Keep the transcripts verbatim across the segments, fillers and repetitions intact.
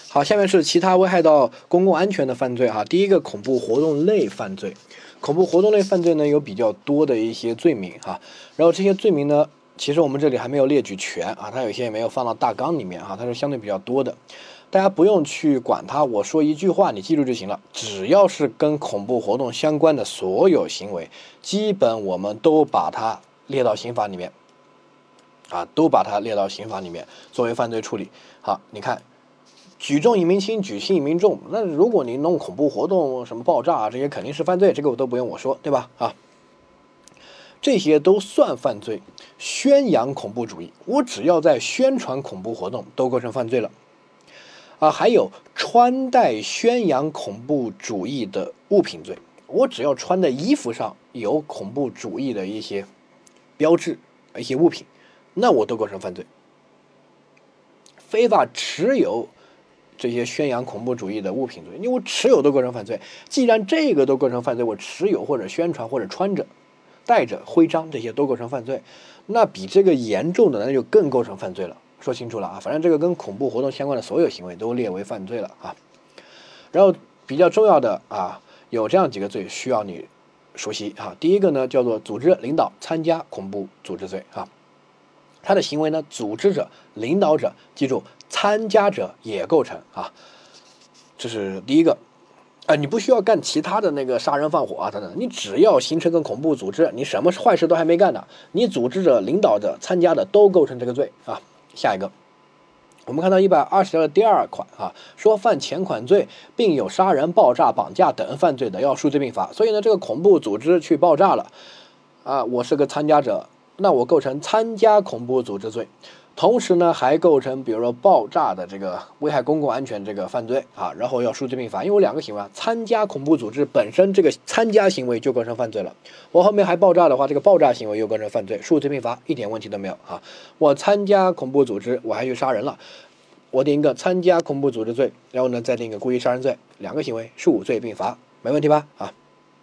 好，下面是其他危害到公共安全的犯罪哈。第一个，恐怖活动类犯罪。恐怖活动类犯罪呢，有比较多的一些罪名哈。然后这些罪名呢，其实我们这里还没有列举全啊，它有些也没有放到大纲里面哈，它是相对比较多的。大家不用去管它，我说一句话你记住就行了。只要是跟恐怖活动相关的所有行为，基本我们都把它列到刑法里面啊，都把它列到刑法里面作为犯罪处理。好，你看。举重以民轻，举轻以民重。那如果你弄恐怖活动，什么爆炸啊，这些肯定是犯罪，这个我都不用我说，对吧？啊，这些都算犯罪。宣扬恐怖主义，我只要在宣传恐怖活动，都构成犯罪了。啊，还有穿戴宣扬恐怖主义的物品罪，我只要穿的衣服上有恐怖主义的一些标志、一些物品，那我都构成犯罪。非法持有这些宣扬恐怖主义的物品罪，因为我持有都构成犯罪。既然这个都构成犯罪，我持有或者宣传或者穿着、带着徽章这些都构成犯罪，那比这个严重的那就更构成犯罪了。说清楚了啊，反正这个跟恐怖活动相关的所有行为都列为犯罪了啊。然后比较重要的啊，有这样几个罪需要你熟悉啊。第一个呢叫做组织、领导、参加恐怖组织罪啊。他的行为呢，组织者、领导者，记住，参加者也构成啊，这是第一个。啊、呃，你不需要干其他的那个杀人放火啊等等，你只要形成个恐怖组织，你什么坏事都还没干呢，你组织者、领导者、参加的都构成这个罪啊。下一个，我们看到一百二十条的第二款啊，说犯前款罪，并有杀人、爆炸、绑架等犯罪的，要数罪并罚。所以呢，这个恐怖组织去爆炸了，啊，我是个参加者。那我构成参加恐怖组织罪，同时呢还构成比如说爆炸的这个危害公共安全这个犯罪啊，然后要数罪并罚，因为我两个行为啊，参加恐怖组织本身这个参加行为就构成犯罪了，我后面还爆炸的话，这个爆炸行为又构成犯罪，数罪并罚一点问题都没有啊。我参加恐怖组织，我还去杀人了，我定一个参加恐怖组织罪，然后呢再定一个故意杀人罪，两个行为数罪并罚，没问题吧？啊，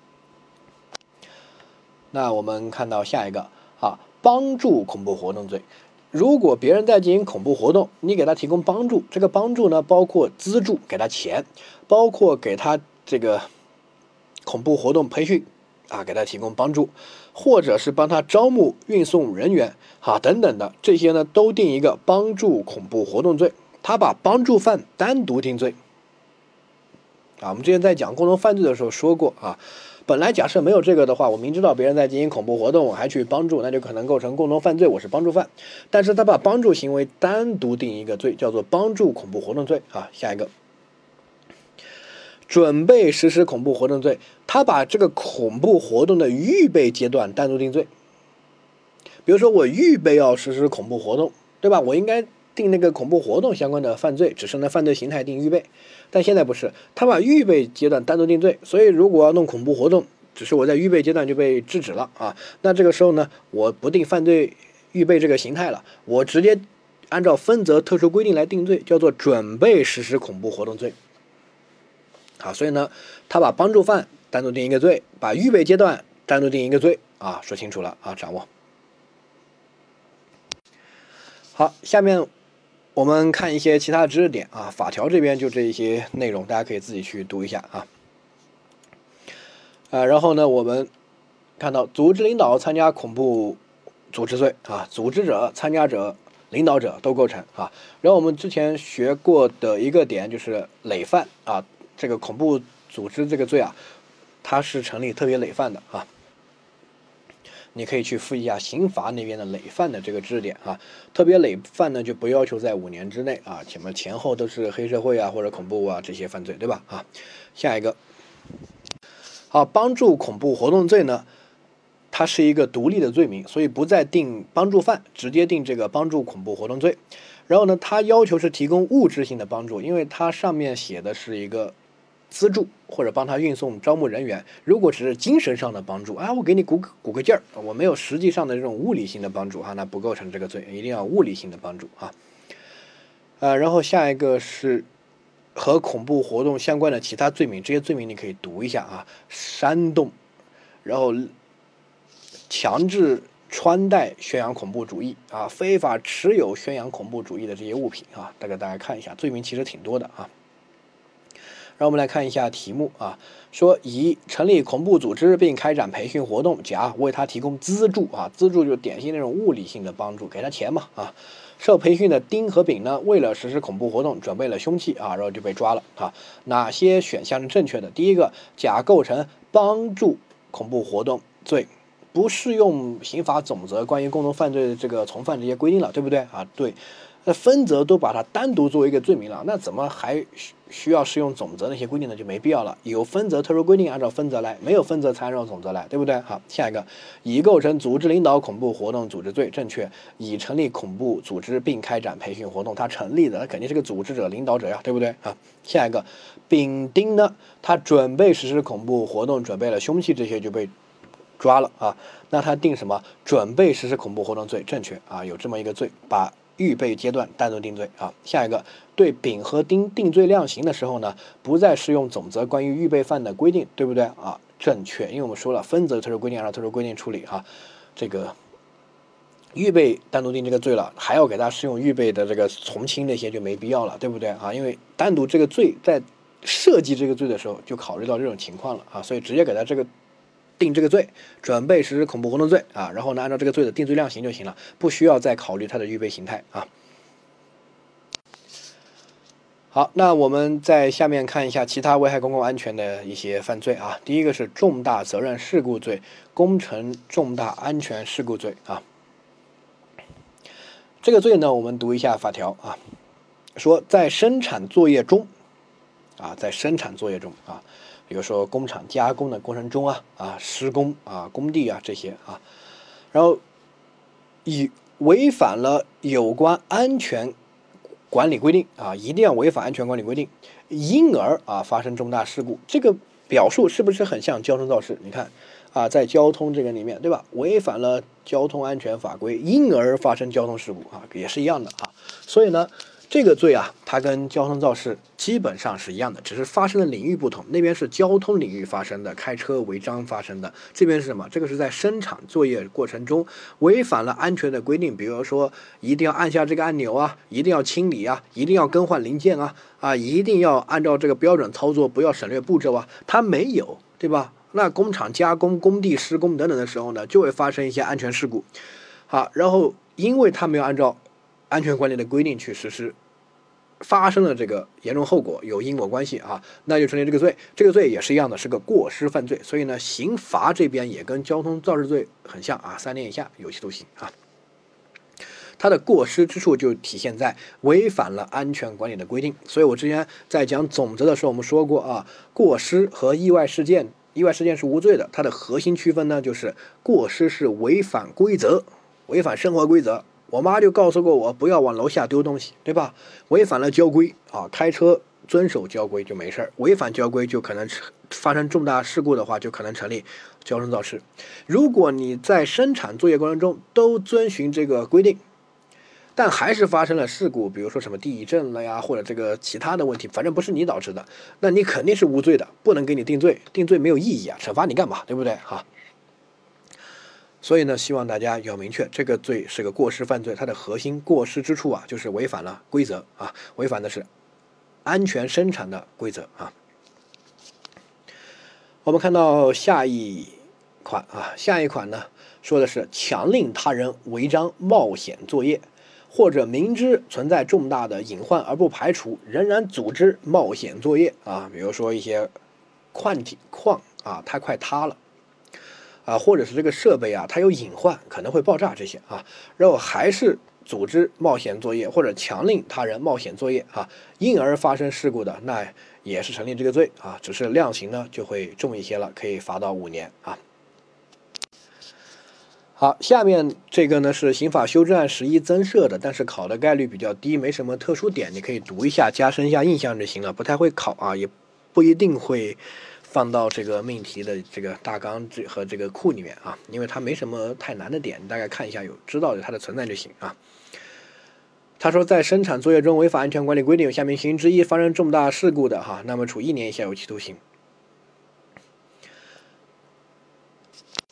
那我们看到下一个啊。帮助恐怖活动罪，如果别人在进行恐怖活动，你给他提供帮助，这个帮助呢，包括资助，给他钱，包括给他这个恐怖活动培训啊，给他提供帮助，或者是帮他招募、运送人员啊等等的，这些呢都定一个帮助恐怖活动罪。他把帮助犯单独定罪啊，我们之前在讲共同犯罪的时候说过啊。本来假设没有这个的话，我明知道别人在进行恐怖活动，我还去帮助，那就可能构成共同犯罪，我是帮助犯。但是他把帮助行为单独定一个罪，叫做帮助恐怖活动罪啊。下一个，准备实施恐怖活动罪，他把这个恐怖活动的预备阶段单独定罪。比如说我预备要实施恐怖活动，对吧？我应该定那个恐怖活动相关的犯罪，只是呢犯罪形态定预备。但现在不是，他把预备阶段单独定罪，所以如果要弄恐怖活动，只是我在预备阶段就被制止了啊，那这个时候呢，我不定犯罪预备这个形态了，我直接按照分则特殊规定来定罪，叫做准备实施恐怖活动罪。好，所以呢，他把帮助犯单独定一个罪，把预备阶段单独定一个罪啊，说清楚了啊，掌握。好，下面我们看一些其他的知识点啊，法条这边就这一些内容，大家可以自己去读一下啊。啊，然后呢，我们看到组织领导参加恐怖组织罪啊，组织者、参加者、领导者都构成啊。然后我们之前学过的一个点就是累犯啊，这个恐怖组织这个罪啊，它是成立特别累犯的啊。你可以去复习一下刑法那边的累犯的这个知识点啊，特别累犯呢就不要求在五年之内啊，前面前后都是黑社会啊或者恐怖啊这些犯罪，对吧？啊，下一个，好，帮助恐怖活动罪呢，它是一个独立的罪名，所以不再定帮助犯，直接定这个帮助恐怖活动罪。然后呢，它要求是提供物质性的帮助，因为它上面写的是一个资助或者帮他运送招募人员，如果只是精神上的帮助啊，我给你鼓鼓个劲儿，我没有实际上的这种物理性的帮助啊，那不构成这个罪，一定要物理性的帮助啊。呃，然后下一个是和恐怖活动相关的其他罪名，这些罪名你可以读一下啊，煽动，然后强制穿戴宣扬恐怖主义啊，非法持有宣扬恐怖主义的这些物品啊，大概大家看一下，罪名其实挺多的啊。让我们来看一下题目啊，说乙成立恐怖组织并开展培训活动，甲为他提供资助啊，资助就是典型那种物理性的帮助，给他钱嘛啊。受培训的丁和丙呢，为了实施恐怖活动，准备了凶器啊，然后就被抓了啊。哪些选项是正确的？第一个，甲构成帮助恐怖活动罪，不适用刑法总则关于共同犯罪的这个从犯这些规定了，对不对啊？对。那分则都把它单独作为一个罪名了，那怎么还需要适用总则那些规定呢？就没必要了。有分则特殊规定按照分则来，没有分则才按照总则来，对不对？好，下一个，乙构成组织领导恐怖活动组织罪，正确。乙成立恐怖组织并开展培训活动，他成立的，那肯定是个组织者、领导者呀，对不对？啊，下一个，丙丁呢，他准备实施恐怖活动，准备了凶器，这些就被抓了啊。那他定什么？准备实施恐怖活动罪，正确啊，有这么一个罪，把预备阶段单独定罪啊。下一个，对丙和丁定罪量刑的时候呢，不再适用总则关于预备犯的规定，对不对啊？正确，因为我们说了，分则特殊规定按照特殊规定处理啊。这个预备单独定这个罪了，还要给他适用预备的这个从轻那些就没必要了，对不对啊？因为单独这个罪在设计这个罪的时候就考虑到这种情况了啊，所以直接给他这个定这个罪，准备实施恐怖活动罪啊，然后呢，按照这个罪的定罪量刑就行了，不需要再考虑它的预备形态啊。好，那我们在下面看一下其他危害公共安全的一些犯罪啊。第一个是重大责任事故罪，工程重大安全事故罪啊。这个罪呢，我们读一下法条啊，说在生产作业中啊，在生产作业中啊。比如说工厂加工的过程中啊啊施工啊工地啊这些啊，然后以违反了有关安全管理规定啊，一定要违反安全管理规定，因而啊发生重大事故，这个表述是不是很像交通肇事？你看啊，在交通这个里面，对吧？违反了交通安全法规，因而发生交通事故啊，也是一样的啊。所以呢，这个罪啊，它跟交通肇事基本上是一样的，只是发生的领域不同。那边是交通领域发生的，开车违章发生的；这边是什么？这个是在生产作业过程中违反了安全的规定，比如说一定要按下这个按钮啊，一定要清理啊，一定要更换零件啊，啊，一定要按照这个标准操作，不要省略步骤啊。它没有，对吧？那工厂加工、工地施工等等的时候呢，就会发生一些安全事故。好，然后因为它没有按照安全管理的规定去实施，发生了这个严重后果，有因果关系啊，那就成立这个罪。这个罪也是一样的，是个过失犯罪，所以呢，刑罚这边也跟交通肇事罪很像啊，三年以下有期徒刑啊。它的过失之处就体现在违反了安全管理的规定。所以我之前在讲总则的时候，我们说过啊，过失和意外事件，意外事件是无罪的，它的核心区分呢，就是过失是违反规则，违反生活规则。我妈就告诉过我，不要往楼下丢东西，对吧？违反了交规啊，开车遵守交规就没事儿，违反交规就可能发生重大事故的话，就可能成立交通肇事。如果你在生产作业过程中都遵循这个规定，但还是发生了事故，比如说什么地震了呀，或者这个其他的问题，反正不是你导致的，那你肯定是无罪的，不能给你定罪，定罪没有意义啊，惩罚你干嘛，对不对？哈。所以呢，希望大家要明确，这个罪是个过失犯罪，它的核心过失之处啊，就是违反了规则啊，违反的是安全生产的规则啊。我们看到下一款啊，下一款呢说的是强令他人违章冒险作业，或者明知存在重大的隐患而不排除，仍然组织冒险作业啊，比如说一些矿体矿啊，它快塌了。啊，或者是这个设备啊，它有隐患，可能会爆炸这些啊，然后还是组织冒险作业或者强令他人冒险作业啊，因而发生事故的，那也是成立这个罪啊，只是量刑呢就会重一些了，可以罚到五年啊。好，下面这个呢是刑法修正案十一增设的，但是考的概率比较低，没什么特殊点，你可以读一下，加深一下印象就行了，不太会考啊，也不一定会放到这个命题的这个大纲和这个库里面啊，因为它没什么太难的点，你大概看一下有知道它的存在就行啊。他说，在生产作业中违反安全管理规定有下面情形之一发生重大事故的哈，那么处一年以下有期徒刑。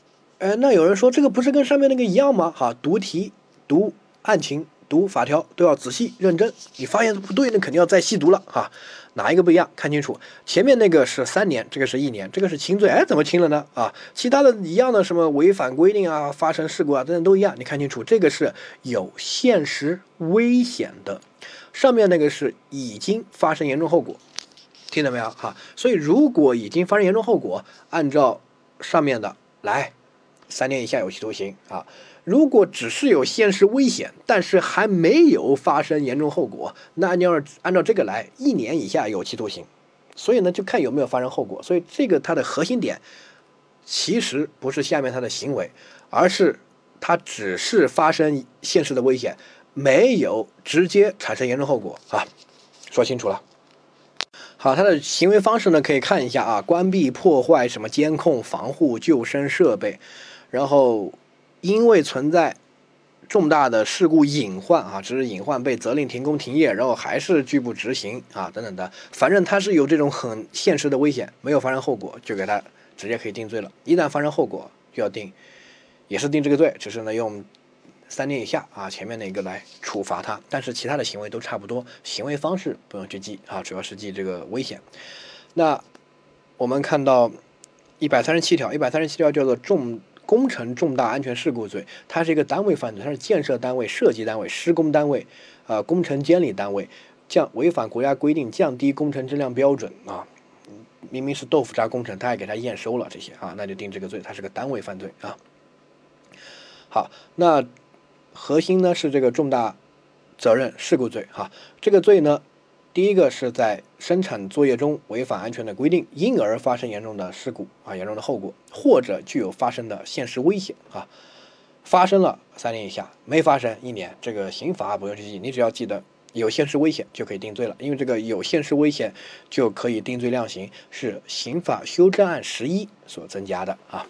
哎，那有人说这个不是跟上面那个一样吗？哈，读题、读案情、读法条都要仔细认真，你发现不对，那肯定要再细读了哈。哪一个不一样？看清楚，前面那个是三年，这个是一年，这个是轻罪，哎，怎么轻了呢？啊，其他的一样的，什么违反规定啊、发生事故啊等等都一样，你看清楚，这个是有现实危险的，上面那个是已经发生严重后果，听到没有？哈，所以如果已经发生严重后果，按照上面的来。三年以下有期徒刑啊！如果只是有现实危险，但是还没有发生严重后果，那按照按照这个来，一年以下有期徒刑。所以呢，就看有没有发生后果。所以这个它的核心点，其实不是下面它的行为，而是它只是发生现实的危险，没有直接产生严重后果啊！说清楚了。好，它的行为方式呢，可以看一下啊，关闭、破坏什么监控、防护、救生设备。然后，因为存在重大的事故隐患啊，只是隐患被责令停工停业，然后还是拒不执行啊，等等的，反正它是有这种很现实的危险，没有发生后果，就给他直接可以定罪了。一旦发生后果，就要定，也是定这个罪，只是呢用三年以下啊前面那个来处罚他，但是其他的行为都差不多，行为方式不用去记啊，主要是记这个危险。那我们看到一百三十七条，一百三十七条叫做重。工程重大安全事故罪，它是一个单位犯罪，它是建设单位、设计单位、施工单位、呃工程监理单位，降违反国家规定，降低工程质量标准啊，明明是豆腐渣工程，他还给他验收了这些啊，那就定这个罪，它是个单位犯罪啊。好，那核心呢是这个重大责任事故罪哈，这个罪呢。第一个是在生产作业中违反安全的规定，因而发生严重的事故啊，严重的后果，或者具有发生的现实危险啊。发生了三年以下，没发生一年，这个刑罚不用去记，你只要记得有现实危险就可以定罪了。因为这个有现实危险就可以定罪量刑，是刑法修正案十一所增加的啊。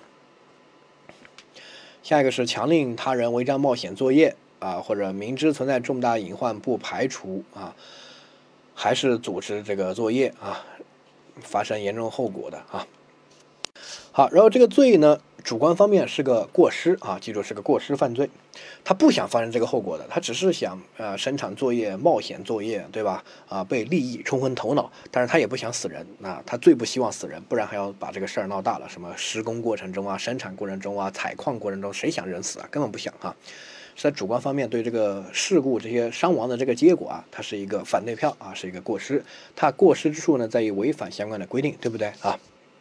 下一个是强令他人违章冒险作业啊，或者明知存在重大隐患不排除啊。还是组织这个作业啊，发生严重后果的啊。好，然后这个罪呢，主观方面是个过失啊，记住是个过失犯罪，他不想发生这个后果的，他只是想呃生产作业、冒险作业，对吧？啊，被利益冲昏头脑，但是他也不想死人啊，他最不希望死人，不然还要把这个事儿闹大了，什么施工过程中啊、生产过程中啊、采矿过程中，谁想人死啊？根本不想啊。是在主观方面对这个事故这些伤亡的这个结果啊，它是一个反对票啊，是一个过失。它过失之处呢，在于违反相关的规定，对不对啊？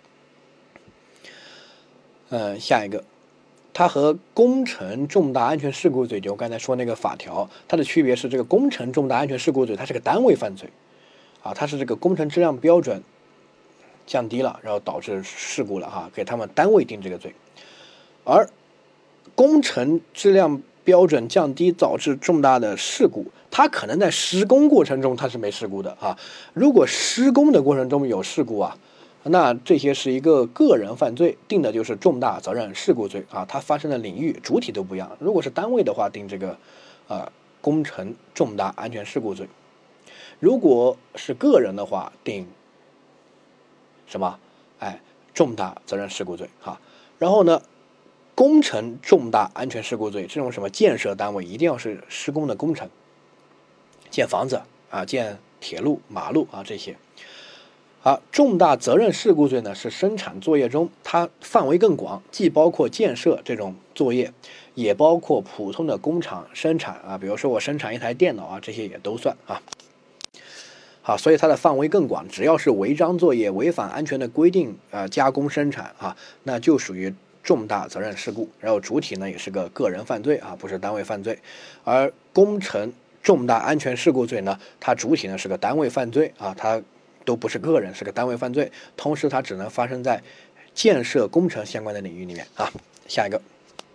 嗯，下一个，它和工程重大安全事故罪，就我刚才说那个法条，它的区别是这个工程重大安全事故罪，它是个单位犯罪啊，它是这个工程质量标准降低了，然后导致事故了哈，给他们单位定这个罪，而工程质量标准降低导致重大的事故，它可能在施工过程中它是没事故的啊。如果施工的过程中有事故啊，那这些是一个个人犯罪，定的就是重大责任事故罪啊。它发生的领域主体都不一样。如果是单位的话，定这个呃工程重大安全事故罪；如果是个人的话，定什么？哎，重大责任事故罪哈。然后呢？工程重大安全事故罪，这种什么建设单位一定要是施工的工程，建房子啊、建铁路、马路啊这些。啊，重大责任事故罪呢是生产作业中，它范围更广，既包括建设这种作业，也包括普通的工厂生产啊，比如说我生产一台电脑啊，这些也都算啊。好，所以它的范围更广，只要是违章作业、违反安全的规定啊、呃，加工生产啊，那就属于重大责任事故，然后主体呢也是个个人犯罪啊，不是单位犯罪。而工程重大安全事故罪呢，它主体呢是个单位犯罪啊，它都不是个人，是个单位犯罪。同时，它只能发生在建设工程相关的领域里面啊。下一个，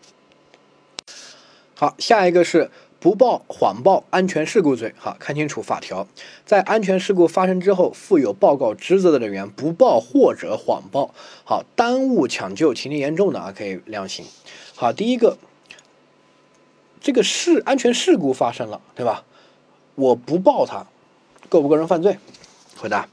好，下一个是不报、谎报安全事故罪。好，看清楚法条，在安全事故发生之后，负有报告职责的人员不报或者谎报，好，耽误抢救，情节严重的啊，可以量刑。好，第一个，这个事安全事故发生了，对吧？我不报它，构不构成犯罪？回答，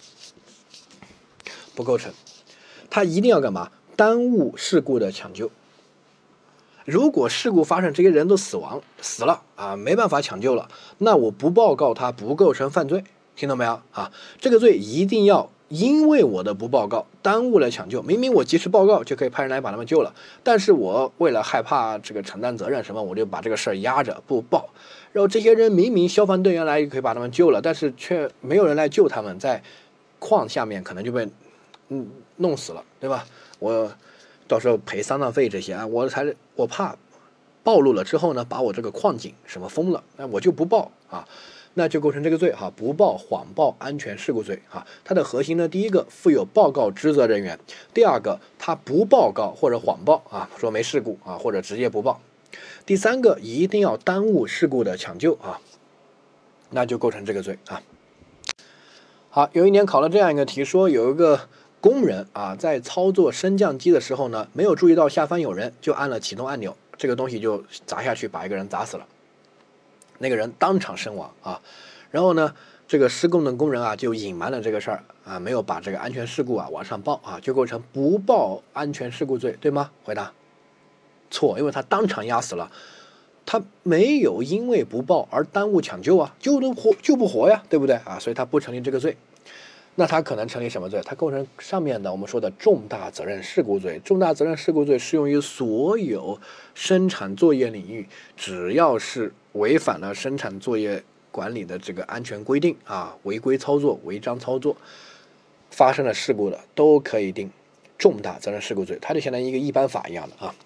不构成。他一定要干嘛？耽误事故的抢救。 如果事故发生，这些人都死亡死了啊，没办法抢救了，那我不报告他不构成犯罪，听到没有啊？这个罪一定要因为我的不报告耽误了抢救，明明我及时报告就可以派人来把他们救了，但是我为了害怕这个承担责任什么，我就把这个事儿压着不报，然后这些人明明消防队员来就可以把他们救了，但是却没有人来救他们，在矿下面可能就被嗯弄死了，对吧？我到时候赔丧葬费这些啊，我才我怕暴露了之后呢，把我这个矿井什么封了，那我就不报啊，那就构成这个罪哈，不报、谎报安全事故罪哈。它的核心呢，第一个负有报告职责人员，第二个他不报告或者谎报啊，说没事故啊，或者直接不报，第三个一定要耽误事故的抢救啊，那就构成这个罪啊。好，有一年考了这样一个题，说有一个工人啊，在操作升降机的时候呢，没有注意到下方有人，就按了启动按钮，这个东西就砸下去，把一个人砸死了，那个人当场身亡啊。然后呢，这个施工的工人啊，就隐瞒了这个事儿啊，没有把这个安全事故啊往上报啊，就构成不报安全事故罪，对吗？回答错，因为他当场压死了，他没有因为不报而耽误抢救啊，救都活救不活呀，对不对啊？所以他不成立这个罪。那他可能成立什么罪？他构成上面的我们说的重大责任事故罪。重大责任事故罪适用于所有生产作业领域，只要是违反了生产作业管理的这个安全规定啊，违规操作、违章操作发生了事故的，都可以定重大责任事故罪。它就相当于一个一般法一样的啊。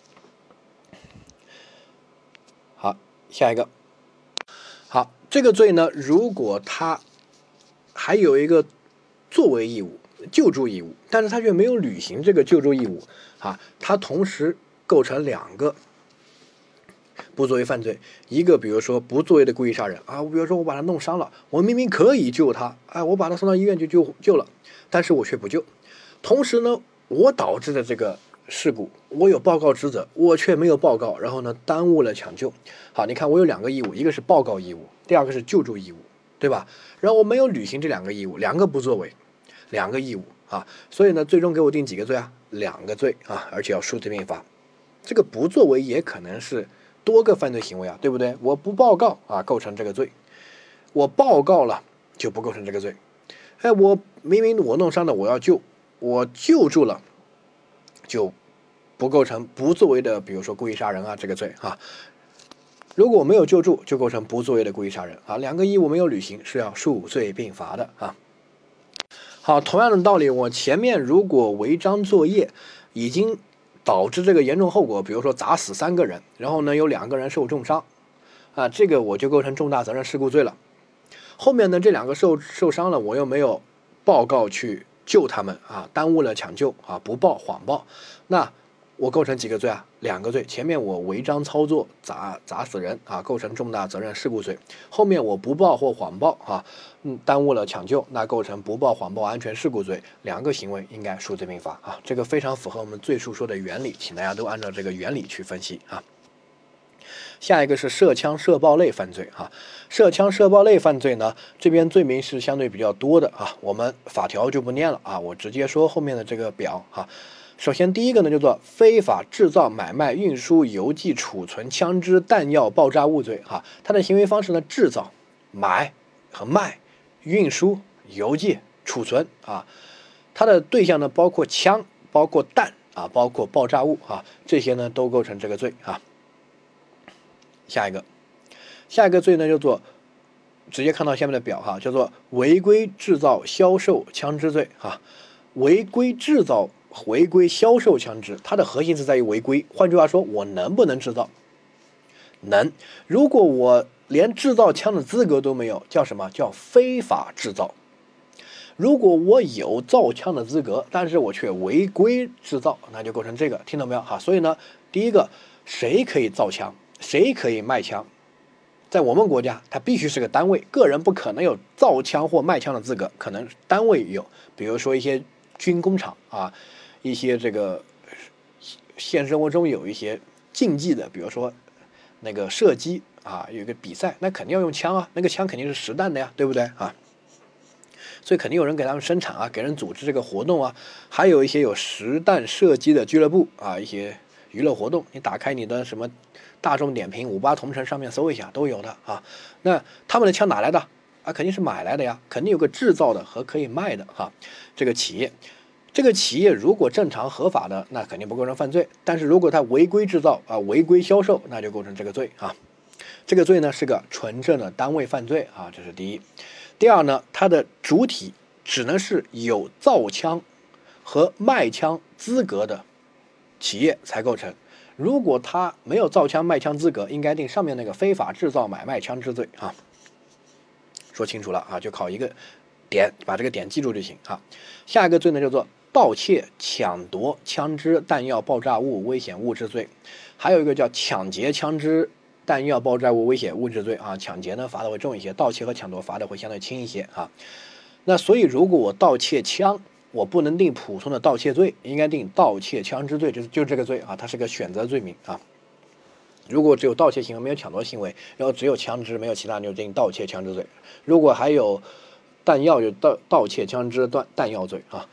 好，下一个。好，这个罪呢，如果他还有一个作为义务、救助义务，但是他却没有履行这个救助义务啊，他同时构成两个不作为犯罪，一个比如说不作为的故意杀人啊，比如说我把他弄伤了，我明明可以救他，哎，我把他送到医院去救救了，但是我却不救，同时呢，我导致的这个事故，我有报告职责，我却没有报告，然后呢，耽误了抢救。好，你看我有两个义务，一个是报告义务，第二个是救助义务，对吧？然后我没有履行这两个义务，两个不作为，两个义务啊，所以呢，最终给我定几个罪啊？两个罪啊，而且要数罪并罚。这个不作为也可能是多个犯罪行为啊，对不对？我不报告啊，构成这个罪；我报告了就不构成这个罪。哎，我明明我弄伤了，我要救，我救助了，就不构成不作为的，比如说故意杀人啊这个罪啊。如果没有救助，就构成不作为的故意杀人啊。两个义务没有履行，是要数罪并罚的啊。好，同样的道理，我前面如果违章作业已经导致这个严重后果，比如说砸死三个人，然后呢有两个人受重伤啊，这个我就构成重大责任事故罪了。后面呢这两个受受伤了，我又没有报告去救他们啊，耽误了抢救啊，不报谎报，那我构成几个罪啊？两个罪。前面我违章操作砸砸死人啊，构成重大责任事故罪。后面我不报或谎报啊，嗯，耽误了抢救，那构成不报谎报安全事故罪。两个行为应该数罪并罚啊，这个非常符合我们最初说的原理，请大家都按照这个原理去分析啊。下一个是涉枪涉爆类犯罪啊，涉枪涉爆类犯罪呢，这边罪名是相对比较多的啊，我们法条就不念了啊，我直接说后面的这个表啊。首先第一个呢叫做非法制造、买卖、运输、邮寄、储存枪支、弹药、爆炸物罪啊，它的行为方式呢，制造、买和卖、运输、邮寄、储存啊，它的对象呢包括枪、包括弹啊、包括爆炸物啊，这些呢都构成这个罪啊。下一个，下一个罪呢叫做直接看到下面的表哈，叫做违规制造、销售枪支罪啊，违规制造。违规销售枪支，它的核心是在于违规。换句话说，我能不能制造？能。如果我连制造枪的资格都没有，叫什么？叫非法制造。如果我有造枪的资格，但是我却违规制造，那就构成这个，听到没有？哈，所以呢，第一个，谁可以造枪？谁可以卖枪？在我们国家，它必须是个单位，个人不可能有造枪或卖枪的资格，可能单位有，比如说一些军工厂啊。一些这个现实生活中有一些竞技的，比如说那个射击啊，有一个比赛，那肯定要用枪啊，那个枪肯定是实弹的呀，对不对啊？所以肯定有人给他们生产啊，给人组织这个活动啊。还有一些有实弹射击的俱乐部啊，一些娱乐活动，你打开你的什么大众点评、五八同城上面搜一下都有的啊。那他们的枪哪来的啊？肯定是买来的呀，肯定有个制造的和可以卖的哈。这个企业，这个企业如果正常合法的，那肯定不构成犯罪。但是如果它违规制造啊、违规销售，那就构成这个罪啊。这个罪呢是个纯正的单位犯罪啊，这是第一。第二呢，它的主体只能是有造枪和卖枪资格的企业才构成。如果他没有造枪卖枪资格，应该定上面那个非法制造买卖枪支罪啊。说清楚了啊，就考一个点，把这个点记住就行啊。下一个罪呢叫做盗窃、抢夺枪支、弹药、爆炸物、危险物质罪，还有一个叫抢劫枪支、弹药、爆炸物、危险物质罪啊。抢劫呢罚的会重一些，盗窃和抢夺罚的会相对轻一些啊。那所以如果我盗窃枪，我不能定普通的盗窃罪，应该定盗窃枪支罪，就是就这个罪啊，它是个选择罪名啊。如果只有盗窃行为没有抢夺行为，然后只有枪支没有其他，就定盗窃枪支罪。如果还有弹药，就盗盗窃枪支弹弹药罪啊。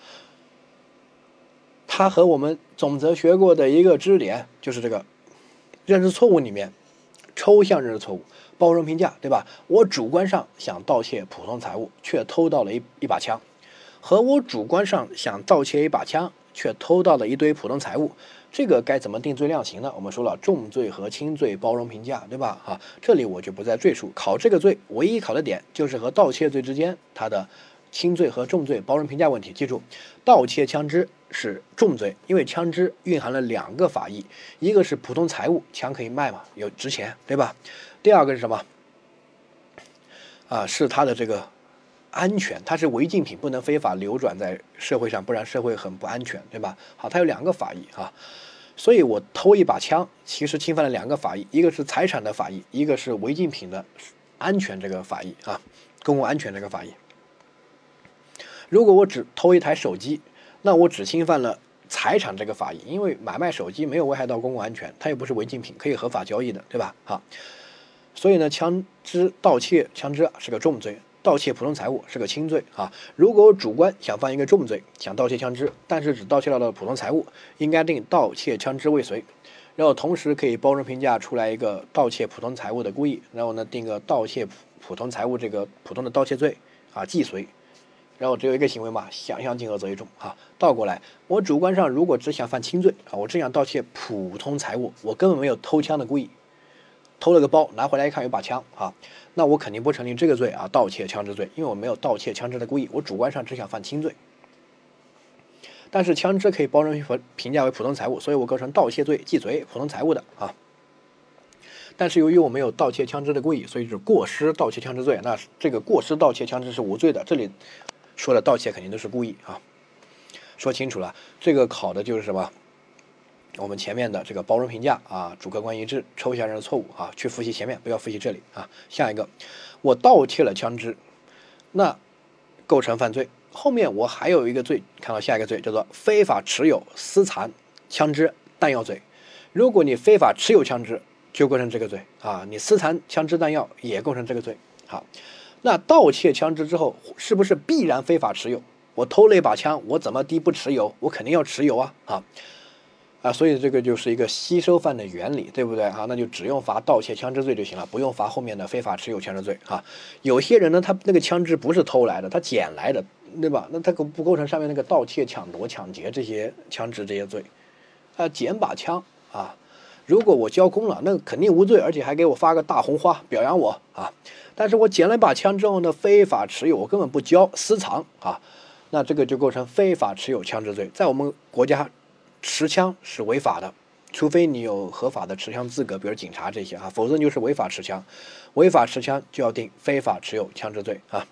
它和我们总则学过的一个知识点就是这个认知错误里面，抽象认知错误、包容评价，对吧？我主观上想盗窃普通财物，却偷到了一一把枪，和我主观上想盗窃一把枪，却偷到了一堆普通财物，这个该怎么定罪量刑呢？我们说了，重罪和轻罪包容评价，对吧？啊，这里我就不再赘述。考这个罪，唯一考的点就是和盗窃罪之间它的轻罪和重罪包容评价问题。记住，盗窃枪支是重罪，因为枪支蕴含了两个法益，一个是普通财物，枪可以卖嘛，有值钱，对吧？第二个是什么？啊，是它的这个安全，它是违禁品，不能非法流转在社会上，不然社会很不安全，对吧？好，它有两个法益啊，所以我偷一把枪，其实侵犯了两个法益，一个是财产的法益，一个是违禁品的安全这个法益啊，公共安全这个法益。如果我只偷一台手机，那我只侵犯了财产这个法益，因为买卖手机没有危害到公共安全，它又不是违禁品，可以合法交易的，对吧？好，所以呢，枪支盗窃枪支是个重罪，盗窃普通财物是个轻罪啊。如果我主观想犯一个重罪，想盗窃枪支，但是只盗窃到了普通财物，应该定盗窃枪支未遂，然后同时可以包容评价出来一个盗窃普通财物的故意，然后呢定个盗窃普通财物这个普通的盗窃罪啊，既遂。然后只有一个行为嘛，想象竞合择一重啊。倒过来，我主观上如果只想犯轻罪啊，我只想盗窃普通财物，我根本没有偷枪的故意，偷了个包拿回来一看有把枪啊，那我肯定不成立这个罪啊，盗窃枪支罪，因为我没有盗窃枪支的故意，我主观上只想犯轻罪。但是枪支可以包容评价为普通财物，所以我构成盗窃罪既遂普通财物的啊。但是由于我没有盗窃枪支的故意，所以是过失盗窃枪支罪。那这个过失盗窃枪支是无罪的。这里说的盗窃肯定都是故意啊，说清楚了。这个考的就是什么？我们前面的这个包容评价啊，主客观一致，抽象认知错误啊，去复习前面，不要复习这里啊。下一个，我盗窃了枪支，那构成犯罪。后面我还有一个罪，看到下一个罪叫做非法持有、私藏枪支、弹药罪。如果你非法持有枪支，就构成这个罪啊，你私藏枪支弹药也构成这个罪。好，那盗窃枪支之后，是不是必然非法持有？我偷了一把枪，我怎么地不持有？我肯定要持有啊啊啊！所以这个就是一个吸收犯的原理，对不对啊？那就只用罚盗窃枪支罪就行了，不用罚后面的非法持有枪支罪啊。有些人呢，他那个枪支不是偷来的，他捡来的，对吧？那他不构成上面那个盗窃、抢夺、抢劫这些枪支这些罪啊。捡把枪啊，如果我交工了，那肯定无罪，而且还给我发个大红花表扬我啊。但是我捡了一把枪之后呢，非法持有，我根本不交，私藏啊，那这个就构成非法持有枪支罪。在我们国家，持枪是违法的，除非你有合法的持枪资格，比如警察这些啊，否则就是违法持枪。违法持枪就要定非法持有枪支罪啊。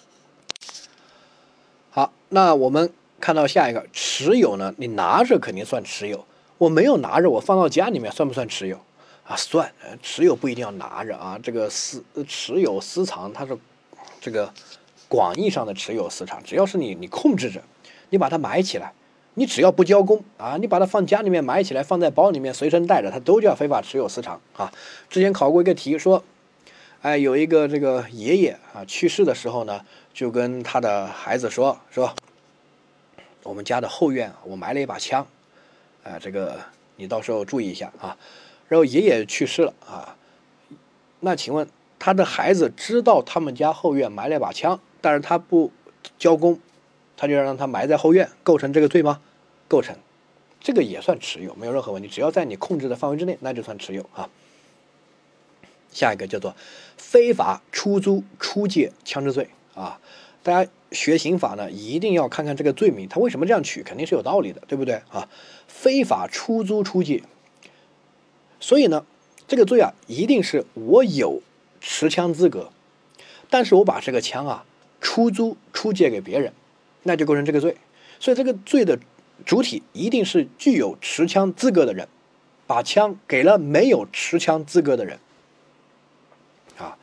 好，那我们看到下一个持有呢，你拿着肯定算持有，我没有拿着，我放到家里面算不算持有啊？算，持有不一定要拿着啊。这个私持有私藏，它是这个广义上的持有私藏，只要是你你控制着，你把它埋起来，你只要不交工啊，你把它放家里面埋起来，放在包里面随身带着，它都叫非法持有私藏啊。之前考过一个题说，哎，有一个这个爷爷啊去世的时候呢，就跟他的孩子说说，我们家的后院我埋了一把枪。啊，这个你到时候注意一下啊。然后爷爷去世了啊，那请问他的孩子知道他们家后院埋了一把枪，但是他不交工，他就让他埋在后院，构成这个罪吗？构成，这个也算持有，没有任何问题，只要在你控制的范围之内，那就算持有啊。下一个叫做非法出租出借枪支罪啊，大家学刑法呢，一定要看看这个罪名，他为什么这样取，肯定是有道理的，对不对啊？非法出租出借，所以呢，这个罪啊，一定是我有持枪资格，但是我把这个枪啊出租出借给别人，那就构成这个罪。所以这个罪的主体一定是具有持枪资格的人，把枪给了没有持枪资格的人啊。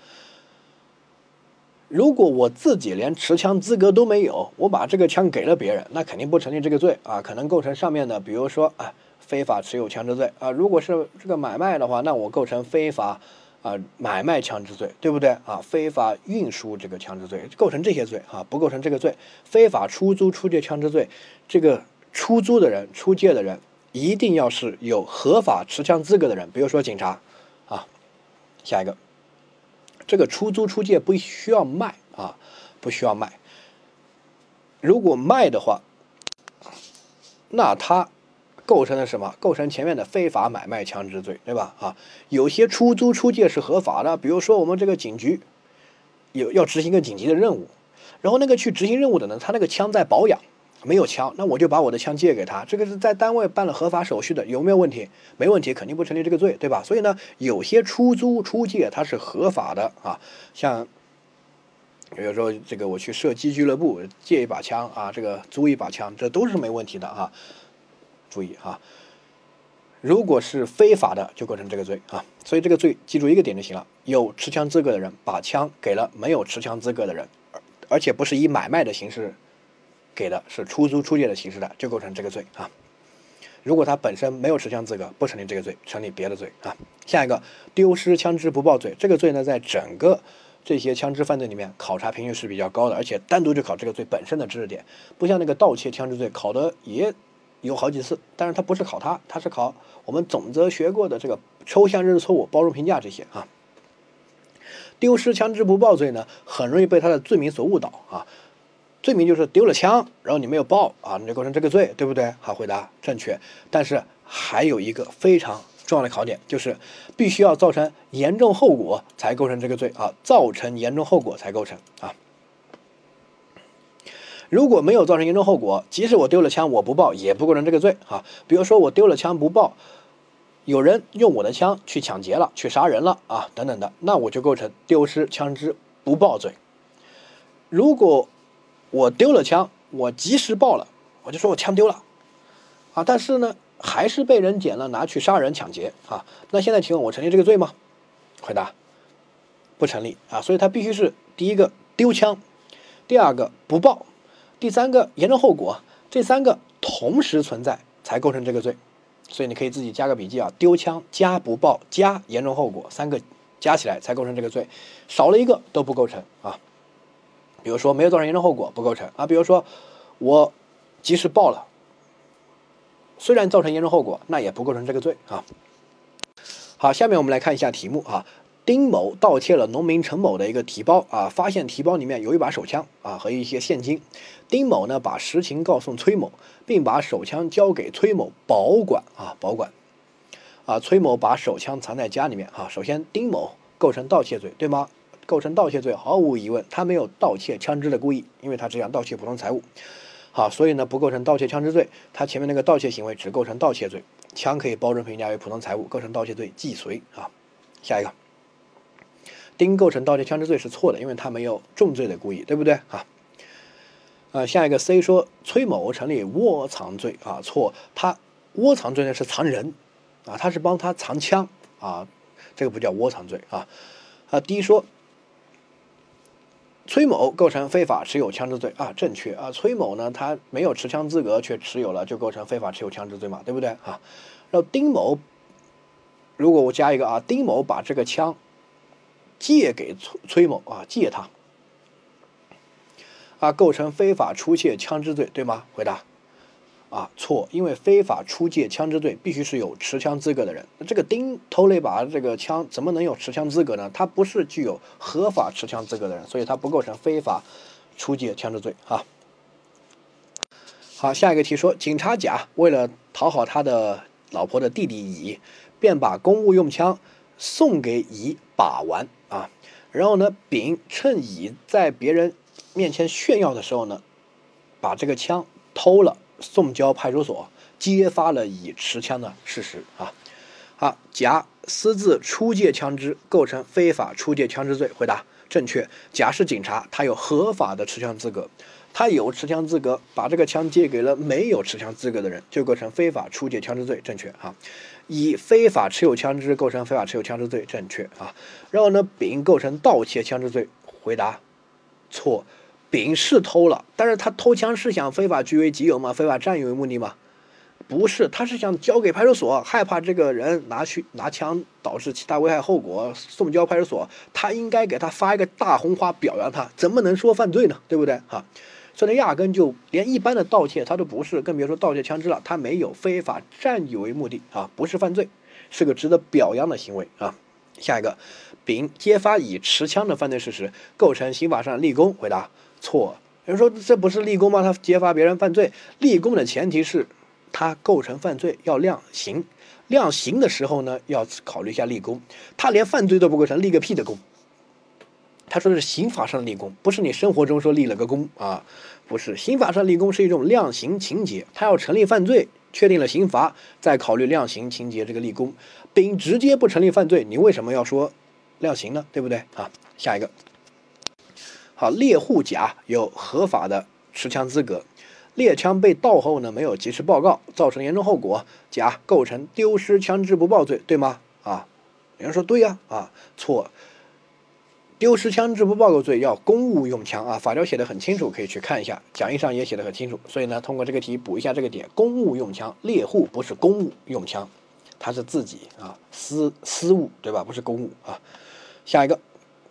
如果我自己连持枪资格都没有，我把这个枪给了别人，那肯定不成立这个罪啊，可能构成上面的，比如说啊非法持有枪支罪啊。如果是这个买卖的话，那我构成非法啊买卖枪支罪，对不对啊？非法运输这个枪支罪，构成这些罪啊，不构成这个罪。非法出租出借枪支罪，这个出租的人、出借的人一定要是有合法持枪资格的人，比如说警察啊。下一个。这个出租出借不需要卖啊，不需要卖。如果卖的话，那它构成了什么？构成前面的非法买卖枪支罪，对吧？啊，有些出租出借是合法的，比如说我们这个警局有要执行一个紧急的任务，然后那个去执行任务的呢，他那个枪在保养，没有枪，那我就把我的枪借给他，这个是在单位办了合法手续的，有没有问题？没问题，肯定不成立这个罪，对吧？所以呢，有些出租出借它是合法的啊，像比如说这个我去射击俱乐部借一把枪啊，这个租一把枪，这都是没问题的啊。注意啊，如果是非法的，就构成这个罪啊。所以这个罪记住一个点就行了：有持枪资格的人把枪给了没有持枪资格的人，而且不是以买卖的形式给的，是出租出借的形式的，就构成这个罪啊。如果他本身没有持枪资格，不成立这个罪，成立别的罪啊。下一个丢失枪支不报罪，这个罪呢，在整个这些枪支犯罪里面考察频率是比较高的，而且单独就考这个罪本身的知识点，不像那个盗窃枪支罪考的也有好几次，但是它不是考它，它是考我们总则学过的这个抽象认识错误、包容评价这些啊。丢失枪支不报罪呢，很容易被他的罪名所误导啊。罪名就是丢了枪，然后你没有报啊，你就构成这个罪，对不对？好，回答正确。但是还有一个非常重要的考点，就是必须要造成严重后果才构成这个罪啊，造成严重后果才构成啊。如果没有造成严重后果，即使我丢了枪我不报，也不构成这个罪啊。比如说我丢了枪不报，有人用我的枪去抢劫了，去杀人了啊，等等的，那我就构成丢失枪支不报罪。如果我丢了枪，我及时报了，我就说我枪丢了啊，但是呢还是被人捡了拿去杀人抢劫啊，那现在请问我成立这个罪吗？回答不成立啊，所以它必须是第一个丢枪，第二个不报，第三个严重后果，这三个同时存在才构成这个罪。所以你可以自己加个笔记啊，丢枪加不报加严重后果，三个加起来才构成这个罪，少了一个都不构成啊。比如说没有造成严重后果不构成啊，比如说我及时报了，虽然造成严重后果，那也不构成这个罪啊。好，下面我们来看一下题目啊。丁某盗窃了农民陈某的一个提包啊，发现提包里面有一把手枪啊和一些现金。丁某呢把实情告诉崔某，并把手枪交给崔某保管啊保管啊。崔某把手枪藏在家里面啊。首先，丁某构成盗窃罪，对吗？构成盗窃罪，毫无疑问，他没有盗窃枪支的故意，因为他只想盗窃普通财物。好，所以呢不构成盗窃枪支罪，他前面那个盗窃行为只构成盗窃罪，枪可以包容评价为普通财物，构成盗窃罪既遂啊。下一个，丁构成盗窃枪支罪是错的，因为他没有重罪的故意，对不对啊？呃，下一个 C 说崔某成立窝藏罪啊，错，他窝藏罪呢是藏人啊，他是帮他藏枪啊，这个不叫窝藏罪啊。啊 D 说崔某构成非法持有枪支罪啊，正确啊。崔某呢，他没有持枪资格却持有了，就构成非法持有枪支罪嘛，对不对啊？然后丁某，如果我加一个啊，丁某把这个枪借给崔崔某啊，借他啊，构成非法出窃枪支罪，对吗？回答啊，错，因为非法出借枪支罪必须是有持枪资格的人。这个丁偷了一把这个枪，怎么能有持枪资格呢？他不是具有合法持枪资格的人，所以他不构成非法出借枪支罪啊。好，下一个题说，警察甲为了讨好他的老婆的弟弟乙，便把公务用枪送给乙把玩啊。然后呢，丙趁乙在别人面前炫耀的时候呢，把这个枪偷了，送交派出所，揭发了乙持枪的事实啊。好，甲私自出借枪支，构成非法出借枪支罪。回答正确。甲是警察，他有合法的持枪资格，他有持枪资格，把这个枪借给了没有持枪资格的人，就构成非法出借枪支罪。正确啊。乙非法持有枪支，构成非法持有枪支罪。正确啊。然后呢，丙构成盗窃枪支罪。回答错。丙是偷了，但是他偷枪是想非法据为己有吗？非法占有为目的吗？不是，他是想交给派出所，害怕这个人拿去拿枪导致其他危害后果，送交派出所，他应该给他发一个大红花表扬他，怎么能说犯罪呢？对不对啊？所以压根就连一般的盗窃他都不是，更别说盗窃枪支了，他没有非法占有为目的啊，不是犯罪，是个值得表扬的行为啊。下一个，丙揭发乙持枪的犯罪事实，构成刑法上的立功。回答错。有人说这不是立功吗？他揭发别人犯罪，立功的前提是他构成犯罪要量刑，量刑的时候呢要考虑一下立功。他连犯罪都不构成，立个屁的功。他说的是刑法上的立功，不是你生活中说立了个功啊，不是。刑法上立功是一种量刑情节，他要成立犯罪，确定了刑罚，再考虑量刑情节这个立功。丙直接不成立犯罪，你为什么要说量刑呢？对不对啊？下一个，好，猎户甲有合法的持枪资格，猎枪被盗后呢没有及时报告，造成严重后果，甲构成丢失枪支不报罪，对吗？啊，有人说对呀，啊，错。丢失枪支不报告罪要公务用枪啊，法条写的很清楚，可以去看一下，讲义上也写的很清楚。所以呢，通过这个题补一下这个点，公务用枪，猎户不是公务用枪，他是自己啊私私务，对吧？不是公务啊。下一个，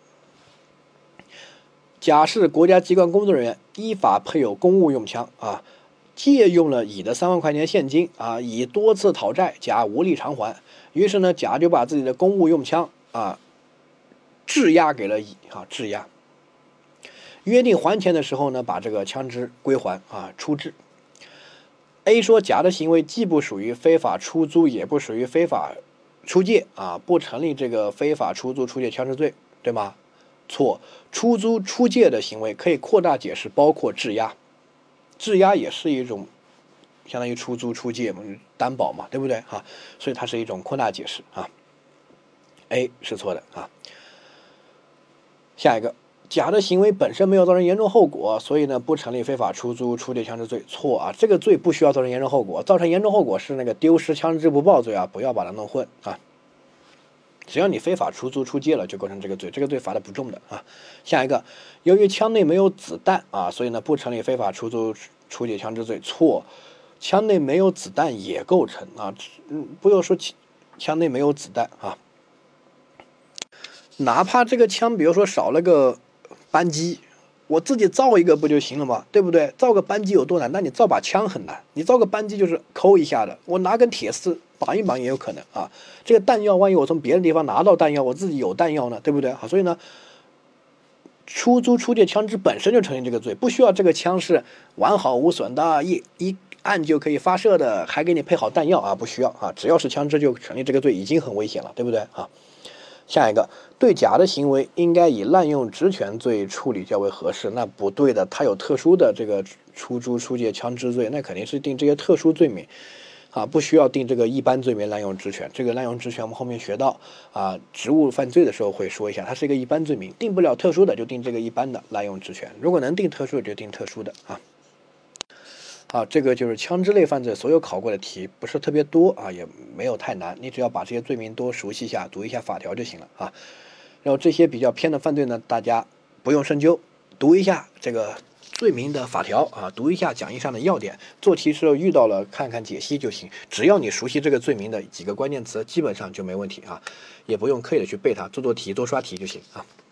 甲是国家机关工作人员，依法配有公务用枪啊，借用了乙的三万块钱现金啊，乙多次讨债，甲无力偿还，于是呢，甲就把自己的公务用枪啊质押给了乙啊，质押。约定还钱的时候呢，把这个枪支归还啊，出质。A 说甲的行为既不属于非法出租，也不属于非法出借啊，不成立这个非法出租出借枪支罪，对吗？错，出租出借的行为可以扩大解释，包括质押。质押也是一种相当于出租出借嘛，担保嘛，对不对啊？所以它是一种扩大解释啊。A 是错的啊。下一个，甲的行为本身没有造成严重后果，所以呢不成立非法出租出借枪支罪。错啊，这个罪不需要造成严重后果，造成严重后果是那个丢失枪支不报罪啊，不要把它弄混啊。只要你非法出租出借了，就构成这个罪，这个罪罚的不重的啊。下一个，由于枪内没有子弹啊，所以呢不成立非法出租出借枪支罪。错，枪内没有子弹也构成啊，嗯，不要说枪内没有子弹啊。哪怕这个枪，比如说少了个扳机，我自己造一个不就行了吗？对不对？造个扳机有多难？那你造把枪很难，你造个扳机就是抠一下的，我拿根铁丝绑一绑也有可能啊。这个弹药，万一我从别的地方拿到弹药，我自己有弹药呢，对不对？好，所以呢，出租出借枪支本身就成立这个罪，不需要这个枪是完好无损的，一一按就可以发射的，还给你配好弹药啊，不需要啊，只要是枪支就成立这个罪，已经很危险了，对不对啊？下一个，对甲的行为应该以滥用职权罪处理较为合适。那不对的，他有特殊的这个出租出借枪支罪，那肯定是定这些特殊罪名啊，不需要定这个一般罪名滥用职权。这个滥用职权我们后面学到啊，职务犯罪的时候会说一下，它是一个一般罪名，定不了特殊的就定这个一般的滥用职权，如果能定特殊的就定特殊的啊。啊，这个就是枪支类犯罪所有考过的题，不是特别多啊，也没有太难，你只要把这些罪名多熟悉一下，读一下法条就行了啊。然后这些比较偏的犯罪呢，大家不用深究，读一下这个罪名的法条啊，读一下讲义上的要点，做题时候遇到了看看解析就行。只要你熟悉这个罪名的几个关键词，基本上就没问题啊，也不用刻意的去背它，做做题多刷题就行啊。